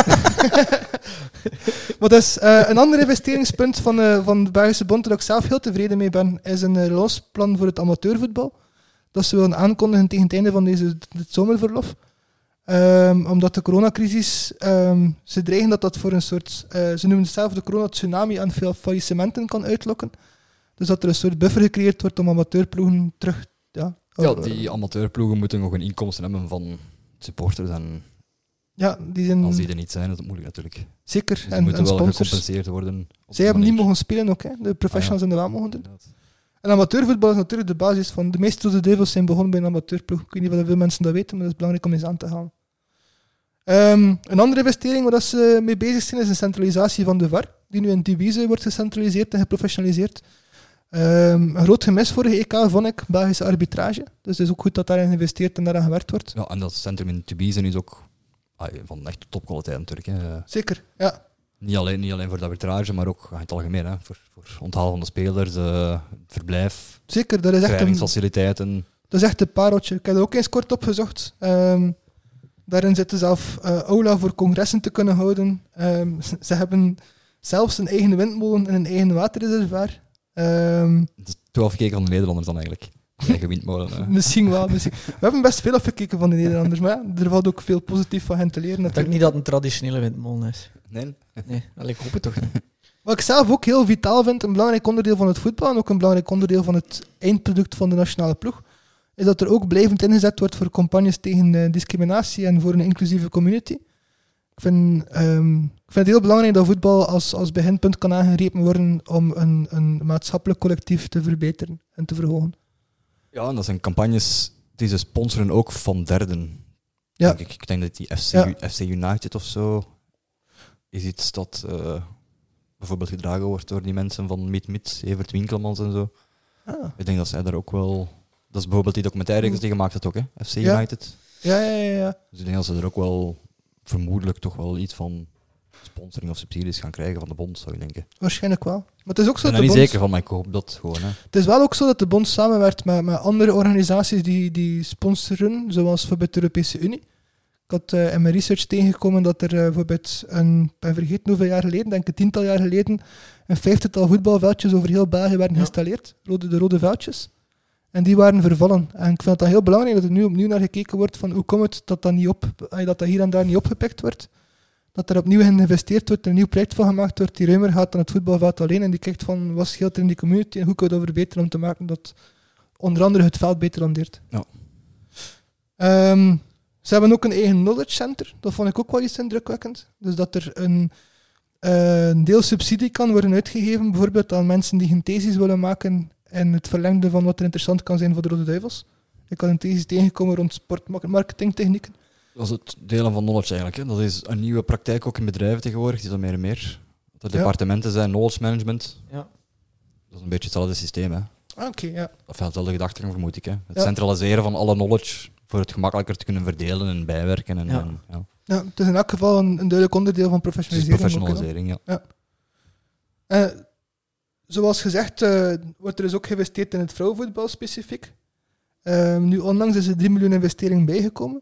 Maar dus, uh, een ander investeringspunt van, uh, van de Belgische Bond, waar ik zelf heel tevreden mee ben, is een uh, losplan voor het amateurvoetbal. Dat ze willen aankondigen tegen het einde van deze, dit zomerverlof. Um, omdat de coronacrisis, um, ze dreigen dat dat voor een soort, uh, ze noemen het zelf de corona-tsunami aan veel faillissementen kan uitlokken. Dus dat er een soort buffer gecreëerd wordt om amateurploegen terug... Ja, ja die amateurploegen moeten nog een inkomsten hebben van supporters en... Ja, die zijn... Als die er niet zijn, is dat moeilijk natuurlijk. Zeker. Dus die en, moeten en wel sponsors. gecompenseerd worden. Zij hebben niet mogen spelen ook, hè. De professionals ah, ja. hebben dat wel mogen doen. En amateurvoetbal is natuurlijk de basis van... De meeste Rode Duivels zijn begonnen bij een amateurploeg. Ik weet niet of veel mensen dat weten, maar dat is belangrijk om eens aan te halen. Um, een andere investering waar ze mee bezig zijn is een centralisatie van de V A R, die nu in Divisie wordt gecentraliseerd en geprofessionaliseerd. Um, een groot gemis voor de E K vond ik, Belgische arbitrage. Dus het is ook goed dat daarin geïnvesteerd en daaraan gewerkt wordt. Ja, en dat centrum in Tubize is ook ah, van echt topkwaliteit natuurlijk. Hè. Zeker, ja. Niet alleen, niet alleen voor de arbitrage, maar ook in het algemeen. Hè. Voor, voor onthalen van de spelers, uh, het verblijf, Zeker, dat is echt trainingsfaciliteiten. Dat is echt een pareltje. Ik heb er ook eens kort opgezocht. Um, daarin zitten zelf uh, aula voor congressen te kunnen houden. Um, ze hebben zelfs een eigen windmolen en een eigen waterreservoir. Um, dat is toch afgekeken van de Nederlanders dan eigenlijk. Eigen windmolen. Uh. Misschien wel. Misschien. We hebben best veel afgekeken van de Nederlanders, maar ja, er valt ook veel positief van hen te leren. Ik denk niet dat het een traditionele windmolen is. Nee? Nee, well, ik hoop het toch niet. Wat ik zelf ook heel vitaal vind, een belangrijk onderdeel van het voetbal en ook een belangrijk onderdeel van het eindproduct van de nationale ploeg, is dat er ook blijvend ingezet wordt voor campagnes tegen uh, discriminatie en voor een inclusieve community. Ik vind, um, ik vind het heel belangrijk dat voetbal als, als beginpunt kan aangegrepen worden om een, een maatschappelijk collectief te verbeteren en te verhogen. Ja, en dat zijn campagnes die ze sponsoren ook van derden. Ja. Denk ik. ik denk dat die F C, ja. F C United of zo is iets dat uh, bijvoorbeeld gedragen wordt door die mensen van Meet Meet, Evert Winkelmans en zo. Ah. Ik denk dat zij daar ook wel... Dat is bijvoorbeeld die documentaire die gemaakt had ook, hè? F C ja. United. Ja, ja, ja, ja. Dus ik denk dat ze er ook wel vermoedelijk toch wel iets van sponsoring of subsidies gaan krijgen van de bond, zou je denken. Waarschijnlijk wel. Maar het is ook Ik zo ben dat er de niet bond... zeker van, maar ik hoop dat gewoon. Hè. Het is wel ook zo dat de bond samenwerkt met, met andere organisaties die, die sponsoren, zoals bijvoorbeeld de Europese Unie. Ik had uh, in mijn research tegengekomen dat er uh, bijvoorbeeld een, ik ben vergeten hoeveel jaar geleden, denk ik een tiental jaar geleden, een vijftigtal voetbalveldjes over heel België werden Ja. geïnstalleerd, rode, de rode veldjes. En die waren vervallen. En ik vind het dan heel belangrijk dat er nu opnieuw naar gekeken wordt van hoe komt het dat dat, niet op, dat, dat hier en daar niet opgepikt wordt. Dat er opnieuw geïnvesteerd wordt, er een nieuw project van gemaakt wordt die ruimer gaat dan het voetbalveld alleen. En die kijkt van wat scheelt er in die community en hoe kunnen we dat verbeteren om te maken dat onder andere het veld beter rendeert. Ja. Um, ze hebben ook een eigen knowledge center. Dat vond ik ook wel iets indrukwekkend. Dus dat er een, uh, een deel subsidie kan worden uitgegeven, bijvoorbeeld aan mensen die geen thesis willen maken en het verlengde van wat er interessant kan zijn voor de Rode Duivels. Ik had een thesis tegengekomen rond sportmarketingtechnieken. Dat is het delen van knowledge eigenlijk. Hè. Dat is een nieuwe praktijk ook in bedrijven tegenwoordig. Die dat meer en meer. Dat er Ja. departementen zijn, knowledge management. Ja. Dat is een beetje hetzelfde systeem. Hè. Ah, oké, ja. Of ja, hetzelfde gedachtegang vermoed ik. Hè. Het Ja. centraliseren van alle knowledge voor het gemakkelijker te kunnen verdelen en bijwerken. En, Ja. en, ja. Ja, het is in elk geval een, een duidelijk onderdeel van Dus professionalisering. ook, hè. professionalisering, ja. Uh, zoals gezegd, uh, wordt er dus ook geïnvesteerd in het vrouwenvoetbal specifiek. Um, nu onlangs is er drie miljoen investering bijgekomen.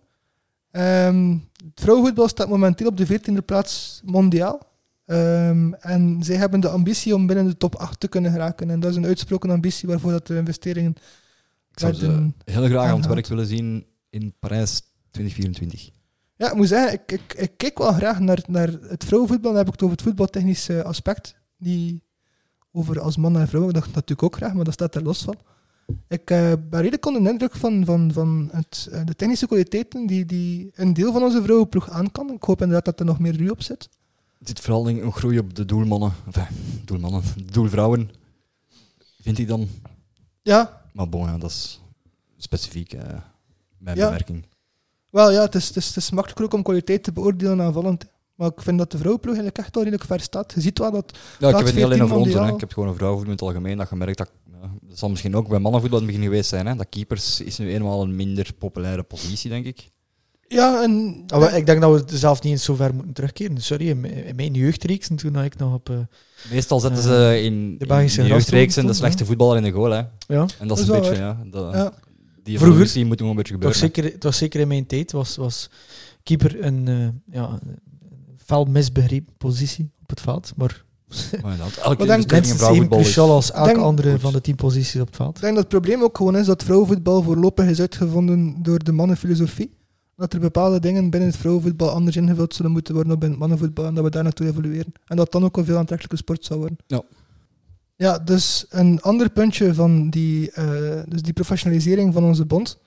Um, het vrouwenvoetbal staat momenteel op de veertiende plaats mondiaal. Um, en zij hebben de ambitie om binnen de top acht te kunnen geraken. En dat is een uitsproken ambitie waarvoor dat de investeringen Ik zou ze werden heel graag aan het aangehaald. werk willen zien in Parijs twintig vierentwintig. Ja, ik moet zeggen, ik, ik, ik kijk wel graag naar, naar het vrouwenvoetbal. Dan heb ik het over het voetbaltechnische aspect. Die over als man en vrouw, dat natuurlijk ook graag, maar dat staat er los van. Ik uh, ben redelijk onder de indruk van, van, van het, uh, de technische kwaliteiten die, die een deel van onze vrouwenploeg aan kan. Ik hoop inderdaad dat er nog meer ruw op zit. Het zit vooral denk ik, een groei op de doelmannen. Enfin, doelmannen. Doelvrouwen. Vind ik dan. Ja, Maar bon, ja, dat is specifiek. Uh, mijn Ja. bemerking. wel ja, het is, het, is, het is makkelijker ook om kwaliteit te beoordelen aanvallend. Maar ik vind dat de vrouwenploeg eigenlijk echt wel redelijk ver staat. Je ziet wel dat... Ja, ik Plaats heb het niet alleen over ons, veertien hè. mondiaal. Ik heb het gewoon over vrouwenvoetbal in het algemeen. Dat je merkt dat, ja, dat zal misschien ook bij mannenvoetbal in het begin geweest zijn. Hè. Dat keepers is nu eenmaal een minder populaire positie, denk ik. Ja, en... Ah, maar ik denk dat we zelf niet eens zo ver moeten terugkeren. Sorry, in mijn- in mijn jeugdreeksen, toen ik nog op... Uh, Meestal zetten Uh, ze in, de in Belgische de jeugdreeksen gastron de stond, slechte ja. voetballer in de goal. Hè. ja. En dat Dat is is een wel beetje, ja. Dat, ja. Die Vroeger- evolutie moet nog een beetje Het was, gebeuren. zeker, het was zeker in mijn tijd, was, was keeper een uh, ja, een fel misbegrepen positie op het veld. Maar hè. Maar inderdaad, elke Wat denk- investering in mensen even vrouwenvoetbal is... cruciaal als elke Denk- andere Goed. van de tien posities op het veld. Ik denk dat het probleem ook gewoon is dat vrouwenvoetbal voorlopig is uitgevonden door de mannenfilosofie. Dat er bepaalde dingen binnen het vrouwenvoetbal anders ingevuld zullen moeten worden dan binnen het mannenvoetbal en dat we daar naartoe evolueren. En dat dan ook een veel aantrekkelijke sport zou worden. Ja. Ja, dus een ander puntje van die, uh, dus die professionalisering van onze bond.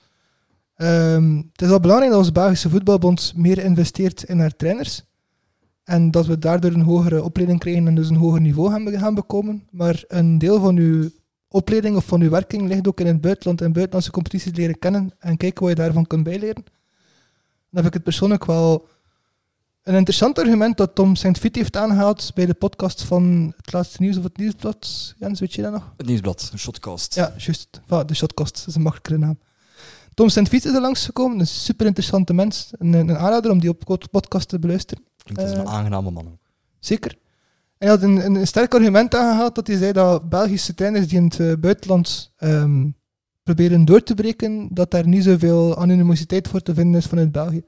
Um, het is wel belangrijk dat onze Belgische voetbalbond meer investeert in haar trainers. En dat we daardoor een hogere opleiding krijgen en dus een hoger niveau gaan, gaan bekomen. Maar een deel van uw opleiding of van uw werking ligt ook in het buitenland en buitenlandse competities leren kennen en kijken wat je daarvan kunt bijleren. Dan heb ik het persoonlijk wel een interessant argument dat Tom Saint-Fiet heeft aangehaald bij de podcast van het laatste nieuws of het nieuwsblad. Jens, weet je dat nog? Het nieuwsblad, een shotcast. Ja, juist. Voilà, de Shotcast, dat is een makkelijkere naam. Tom Saint-Fiet is er langsgekomen, een super interessante mens. Een, een aanrader om die op podcast te beluisteren. Klinkt als een Eh, aangename man. ook. Zeker. En hij had een, een, een sterk argument aangehaald dat hij zei dat Belgische trainers die in het uh, buitenland um, proberen door te breken, dat daar niet zoveel anonimiteit voor te vinden is vanuit België.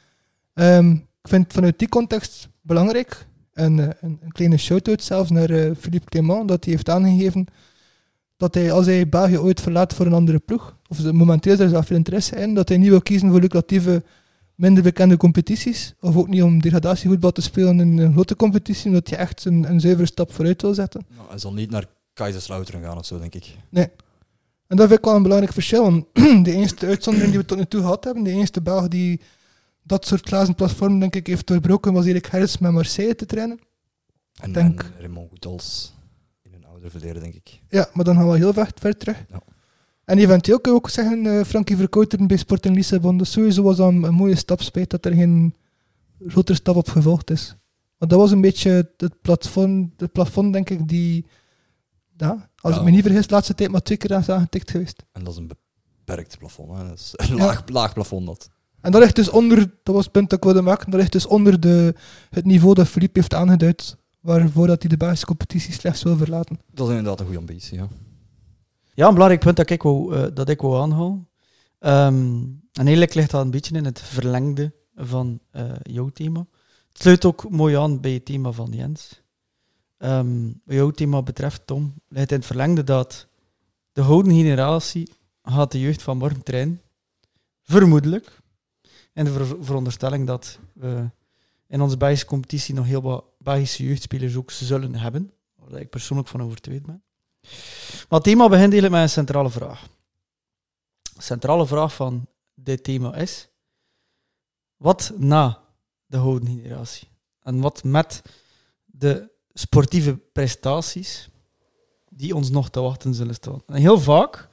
Um, ik vind het vanuit die context belangrijk, en uh, een, een kleine shout-out zelfs naar uh, Philippe Clément, dat hij heeft aangegeven dat hij, als hij België ooit verlaat voor een andere ploeg, of momenteel is er zelf veel interesse in, dat hij niet wil kiezen voor lucratieve, minder bekende competities, of ook niet om degradatievoetbal te spelen in een grote competitie, omdat hij echt een, een zuivere stap vooruit wil zetten. Nou, hij zal niet naar Kaiserslautern gaan of zo, denk ik. Nee. En dat vind ik wel een belangrijk verschil, want de enige uitzondering die we tot nu toe gehad hebben, de enige Belg die dat soort glazen platform, denk ik, heeft doorbroken, was Erik Gerrits met Marseille te trainen. En, Denk- en Raymond Goethals in een ouder verleden, denk ik. Ja, maar dan gaan we heel ver, ver terug. Ja. En eventueel kun je ook zeggen, uh, Frankie Verkouteren bij Sporting Lissabon, dus sowieso was dat een, een mooie stap, spijt dat er geen grotere stap op gevolgd is. Maar dat was een beetje het plafond, het plafond denk ik, die, ja, als Ja. ik me niet vergis, de laatste tijd maar twee keer aan is aangetikt geweest. En dat is een beperkt plafond. Hè. Dat is een laag, laag plafond, dat. En dat ligt dus onder, dat was het punt dat ik wilde maken, dat ligt dus onder de, het niveau dat Philippe heeft aangeduid, waarvoor dat hij de basiscompetitie slechts wil verlaten. Dat is inderdaad een goede ambitie, ja. Ja, een belangrijk punt dat ik wou, uh, dat ik wou aanhalen. Um, en eigenlijk ligt dat een beetje in het verlengde van uh, jouw thema. Het sluit ook mooi aan bij het thema van Jens. Um, wat jouw thema betreft, Tom, ligt in het verlengde dat de gouden generatie gaat de jeugd van morgen trainen. Vermoedelijk. En de ver- veronderstelling dat we in onze Belgische competitie nog heel wat Belgische jeugdspelers ook zullen hebben. Waar ik persoonlijk van overtuigd ben. Maar het thema begint eigenlijk met een centrale vraag. De centrale vraag van dit thema is: wat na de gouden generatie? En wat met de sportieve prestaties die ons nog te wachten zullen staan? En heel vaak,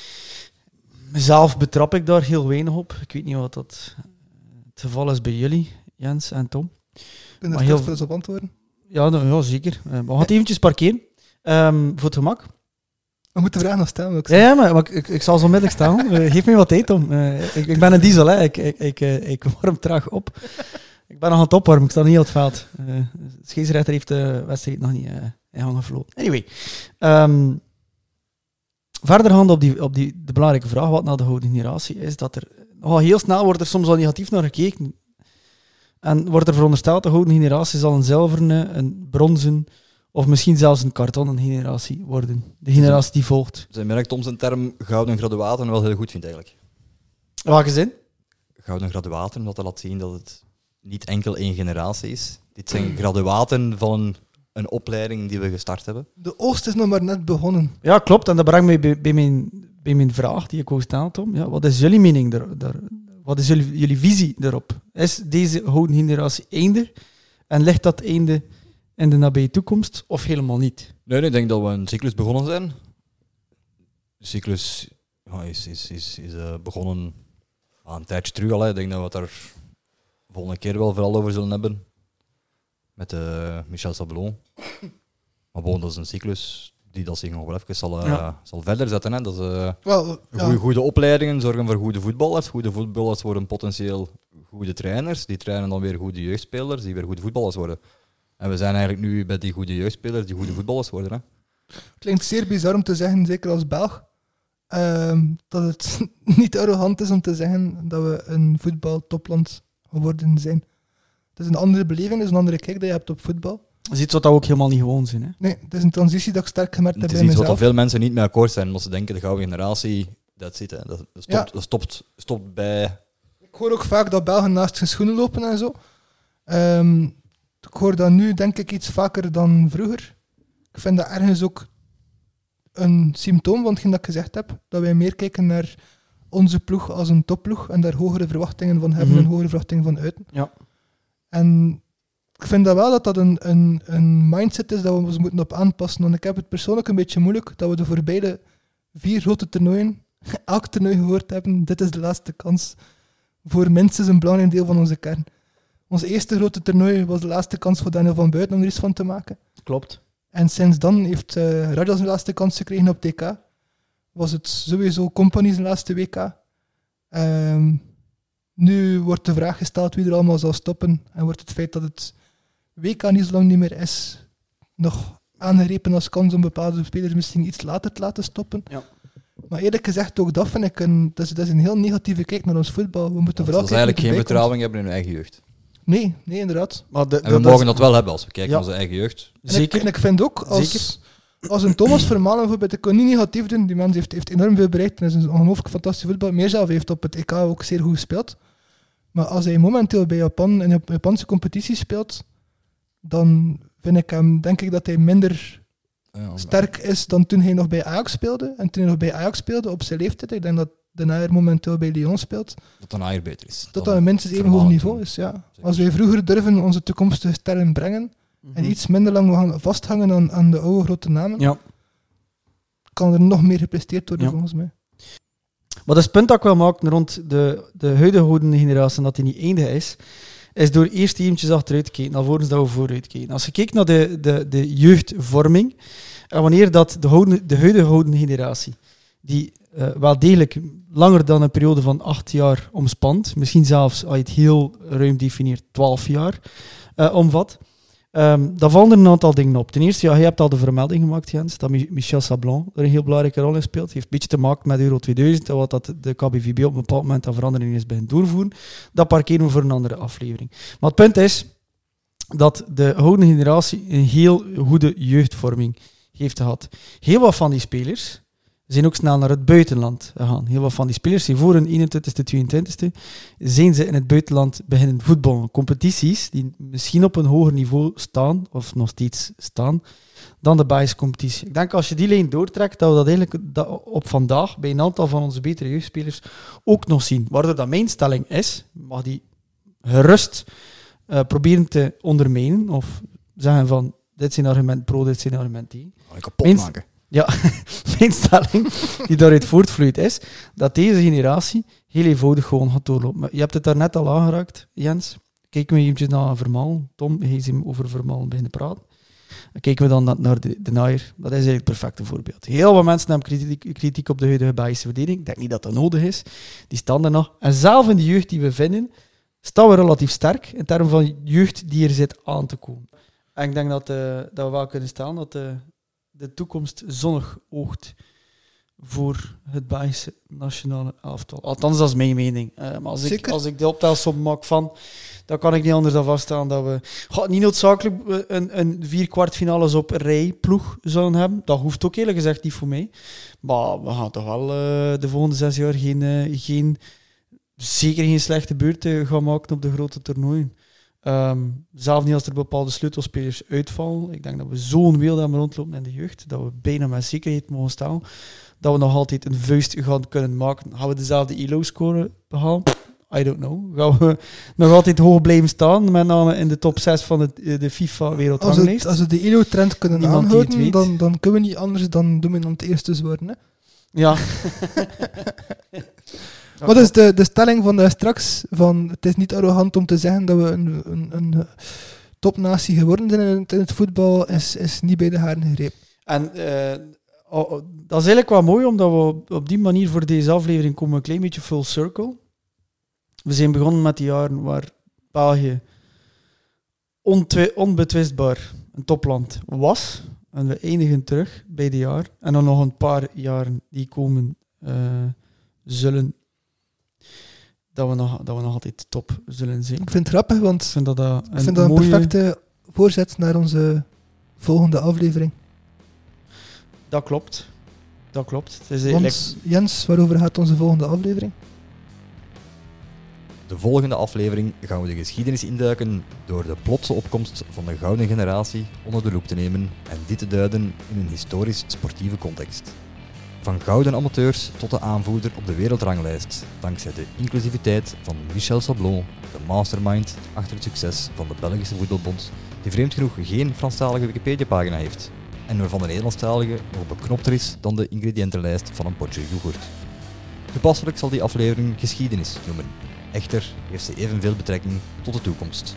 mezelf betrap ik daar heel weinig op. Ik weet niet wat dat het geval is bij jullie, Jens en Tom. Ik ben Maar er heel- heel veel op antwoorden. Ja, nou, ja zeker. Uh, maar we gaan het eventjes parkeren. Um, voor het gemak. We moeten de vraag nog stellen. Ook Ja, ja, maar, maar ik, ik zal zo onmiddellijk staan. Uh, geef me wat tijd, Tom. Uh, ik, ik ben een diesel, hè. Ik, ik, ik, uh, ik warm traag op. Ik ben nog aan het opwarmen, ik sta niet op het veld. Uh, de scheidsrechter heeft de wedstrijd nog niet uh, in gang gefloten. Anyway. Um, verder gaan op, die, op die, de belangrijke vraag, wat na de gouden generatie, is dat er nogal heel snel wordt er soms al negatief naar gekeken. En wordt er verondersteld, de gouden generatie zal een zilveren, een bronzen, of misschien zelfs een kartonnen generatie worden. De generatie die volgt. Zijn merkt Tom zijn term gouden graduaten wel heel goed vindt eigenlijk. Welke zin? Gouden graduaten, omdat dat laat zien dat het niet enkel één generatie is. Dit zijn graduaten van een, een opleiding die we gestart hebben. De Oost is nog maar net begonnen. Ja, klopt. En dat brengt mij bij, bij, mijn, bij mijn vraag die ik wou stellen, Tom. Ja, wat is jullie mening daar? daar wat is jullie, jullie visie daarop? Is deze gouden generatie einde? En ligt dat einde in de nabije toekomst of helemaal niet? Nee, nee, ik denk dat we een cyclus begonnen zijn. De cyclus ja, is, is, is, is uh, begonnen ah, een tijdje terug al. Hè. Ik denk dat we het daar volgende keer wel vooral over zullen hebben. Met uh, Michel Sablon. Maar bon, dat is een cyclus die dat zich nog wel even zal, uh, Ja. zal verder zetten. Hè. Dat is, uh, Wel, ja. goede, goede opleidingen zorgen voor goede voetballers. Goede voetballers worden potentieel goede trainers. Die trainen dan weer goede jeugdspelers, die weer goede voetballers worden. En we zijn eigenlijk nu bij die goede jeugdspelers die goede voetballers worden. Hè. Klinkt zeer bizar om te zeggen, zeker als Belg, ehm, dat het niet arrogant is om te zeggen dat we een voetbaltopland geworden zijn. Het is een andere beleving, het is een andere kijk dat je hebt op voetbal. Dat is iets wat we ook helemaal niet gewoon zijn. Hè? Nee, het is een transitie dat ik sterk gemerkt heb Het is bij iets wat mezelf. veel mensen niet mee akkoord zijn, omdat ze denken de gouden generatie, dat zit. Hè. Dat, dat, stopt, Ja. dat stopt, stopt bij... Ik hoor ook vaak dat Belgen naast hun schoenen lopen en zo. Ehm, ik hoor dat nu denk ik iets vaker dan vroeger. Ik vind dat ergens ook een symptoom van hetgeen dat ik gezegd heb, dat wij meer kijken naar onze ploeg als een topploeg en daar hogere verwachtingen van hebben Mhm. en hogere verwachtingen van uiten. Ja. En ik vind dat wel dat dat een, een, een mindset is dat we ons moeten op aanpassen. Want ik heb het persoonlijk een beetje moeilijk dat we de voorbije vier grote toernooien, elk toernooi gehoord hebben, dit is de laatste kans voor minstens een belangrijk deel van onze kern. Ons eerste grote toernooi was de laatste kans voor Daniel van Buiten om er iets van te maken. Klopt. En sinds dan heeft uh, Raja zijn laatste kans gekregen op T K. Was het sowieso Company zijn laatste W K. Um, nu wordt de vraag gesteld wie er allemaal zal stoppen. En wordt het feit dat het W K niet zo lang niet meer is, nog aangerepen als kans om bepaalde spelers misschien iets later te laten stoppen. Ja. Maar eerlijk gezegd, ook dat vind ik een, dat is, dat is een heel negatieve kijk naar ons voetbal. We moeten vooral Dat ze kijken eigenlijk geen wie erbij vertrouwing hebben in hun eigen jeugd. komt. Nee, nee, inderdaad. Maar de, En we dat- mogen dat wel hebben als we kijken Ja. naar onze eigen jeugd. En Zeker. Ik, en ik vind ook, als, als een Thomas Vermaelen bijvoorbeeld, ik kan niet negatief doen, die mens heeft, heeft enorm veel bereikt en is een ongelooflijk fantastische voetbal. Meer zelf heeft op het E K ook zeer goed gespeeld. Maar als hij momenteel bij Japan in de Japanse competitie speelt, dan vind ik hem, denk ik dat hij minder Ja, sterk is dan toen hij nog bij Ajax speelde. En toen hij nog bij Ajax speelde, op zijn leeftijd, ik denk dat De Naer momenteel bij Lyon speelt, Dat dan eigenlijk beter is. dat Dan dat minstens even hoog Vermaelen niveau toen. is. Ja. Zeker. Als wij vroeger durven onze toekomstige sterren brengen, en Mhm. iets minder lang gaan vasthangen aan, aan de oude grote namen, Ja. kan er nog meer gepresteerd worden, Ja. volgens mij. Maar dat is het punt dat ik wil maken rond de, de huidige gouden generatie en dat die niet eindig is, is door eerst eventjes achteruit te kijken, alvorens dat we vooruit kijken. Als je kijkt naar de, de, de jeugdvorming, en wanneer dat de, houden, de huidige gouden generatie, die uh, wel degelijk langer dan een periode van acht jaar omspant. Misschien zelfs, als je het heel ruim definieert, twaalf jaar uh, omvat. Um, daar vallen er een aantal dingen op. Ten eerste, ja, je hebt al de vermelding gemaakt, Jens, dat Michel Sablon er een heel belangrijke rol in speelt. Het heeft een beetje te maken met Euro tweeduizend, wat dat de K B V B op een bepaald moment aan verandering is bij doorvoeren. Dat parkeren we voor een andere aflevering. Maar het punt is dat de oude generatie een heel goede jeugdvorming heeft gehad. Heel wat van die spelers zijn ook snel naar het buitenland gegaan. Heel wat van die spelers zijn voor hun eenentwintigste, tweeëntwintigste zijn ze in het buitenland beginnen voetballen. Competities die misschien op een hoger niveau staan, of nog steeds staan, dan de basiscompetitie. Ik denk als je die lijn doortrekt, dat we dat eigenlijk op vandaag bij een aantal van onze betere jeugdspelers ook nog zien. Waardoor dat mijn stelling is, mag die gerust uh, proberen te ondermijnen, of zeggen van, dit zijn argument pro, dit zijn argument tegen. Kapot mijn, maken. Ja, mijn stelling die daaruit voortvloeit is dat deze generatie heel eenvoudig gewoon gaat doorlopen. Je hebt het daarnet al aangeraakt, Jens. Kijken we eventjes naar Vermaelen. Tom, hij is hem over Vermaelen beginnen praten. Dan kijken we dan naar de, de Naaier. Dat is eigenlijk het perfecte voorbeeld. Heel wat mensen hebben kritiek, kritiek op de huidige Belgische verdediging. Ik denk niet dat dat nodig is. Die staan er nog. En zelf in de jeugd die we vinden, staan we relatief sterk in termen van jeugd die er zit aan te komen. En ik denk dat, uh, dat we wel kunnen stellen dat de, de toekomst zonnig oogt voor het Belgische nationale elftal. Althans, dat is mijn mening. Uh, maar als ik, als ik de optelsom maak van, dan kan ik niet anders dan vaststellen dat we God, niet noodzakelijk een, een vier kwartfinales op rij ploeg zouden hebben. Dat hoeft ook eerlijk gezegd niet voor mij. Maar we gaan toch wel uh, de volgende zes jaar geen, uh, geen, zeker geen slechte beurten gaan maken op de grote toernooien. Um, zelf niet als er bepaalde sleutelspelers uitvallen. Ik denk dat we zo'n wereld hebben rondlopen in de jeugd, dat we bijna met zekerheid mogen stellen dat we nog altijd een vuist gaan kunnen maken. Gaan we dezelfde I L O-score behalen? I don't know. Gaan we nog altijd hoog blijven staan, met name in de top zes van de, de FIFA-wereldranglijst? Als, als we de I L O-trend kunnen Niemand aanhouden, dan, dan kunnen we niet anders dan dominant eerste worden. Hè? Ja. Wat is de, de stelling van daar straks? Van, het is niet arrogant om te zeggen dat we een, een, een topnatie geworden zijn in het, in het voetbal, is, is niet bij de haren gegrepen. En uh, oh, dat is eigenlijk wel mooi, omdat we op, op die manier voor deze aflevering komen een klein beetje full circle. We zijn begonnen met die jaren waar België ontwe- onbetwistbaar een topland was. En we eindigen terug bij die jaar. En dan nog een paar jaren die komen uh, zullen... Dat we, nog, dat we nog altijd top zullen zijn. Ik vind het grappig, want ik vind dat, dat een, ik vind dat een mooie... perfecte voorzet naar onze volgende aflevering. Dat klopt. Dat klopt. Het is want, eigenlijk... Jens, waarover gaat onze volgende aflevering? De volgende aflevering gaan we de geschiedenis induiken door de plotse opkomst van de gouden generatie onder de loep te nemen en dit te duiden in een historisch-sportieve context. Van gouden amateurs tot de aanvoerder op de wereldranglijst, dankzij de inclusiviteit van Michel Sablon, de mastermind achter het succes van de Belgische Voetbalbond, die vreemd genoeg geen Franstalige Wikipedia-pagina heeft, en waarvan de Nederlandstalige nog beknopter is dan de ingrediëntenlijst van een potje yoghurt. Toepasselijk zal die aflevering geschiedenis noemen. Echter heeft ze evenveel betrekking tot de toekomst.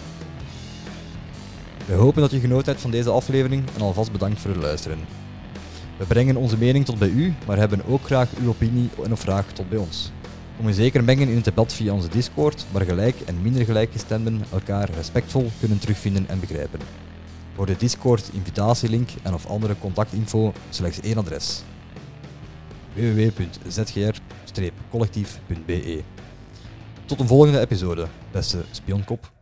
We hopen dat je genoten hebt van deze aflevering en alvast bedankt voor het luisteren. We brengen onze mening tot bij u, maar hebben ook graag uw opinie en of vraag tot bij ons. Kom je zeker mengen in het debat via onze Discord, waar gelijk en minder gelijkgestemden elkaar respectvol kunnen terugvinden en begrijpen. Voor de Discord invitatielink en of andere contactinfo slechts één adres: w w w punt z g r dash collectief punt b e. Tot een volgende episode, beste Spionkop.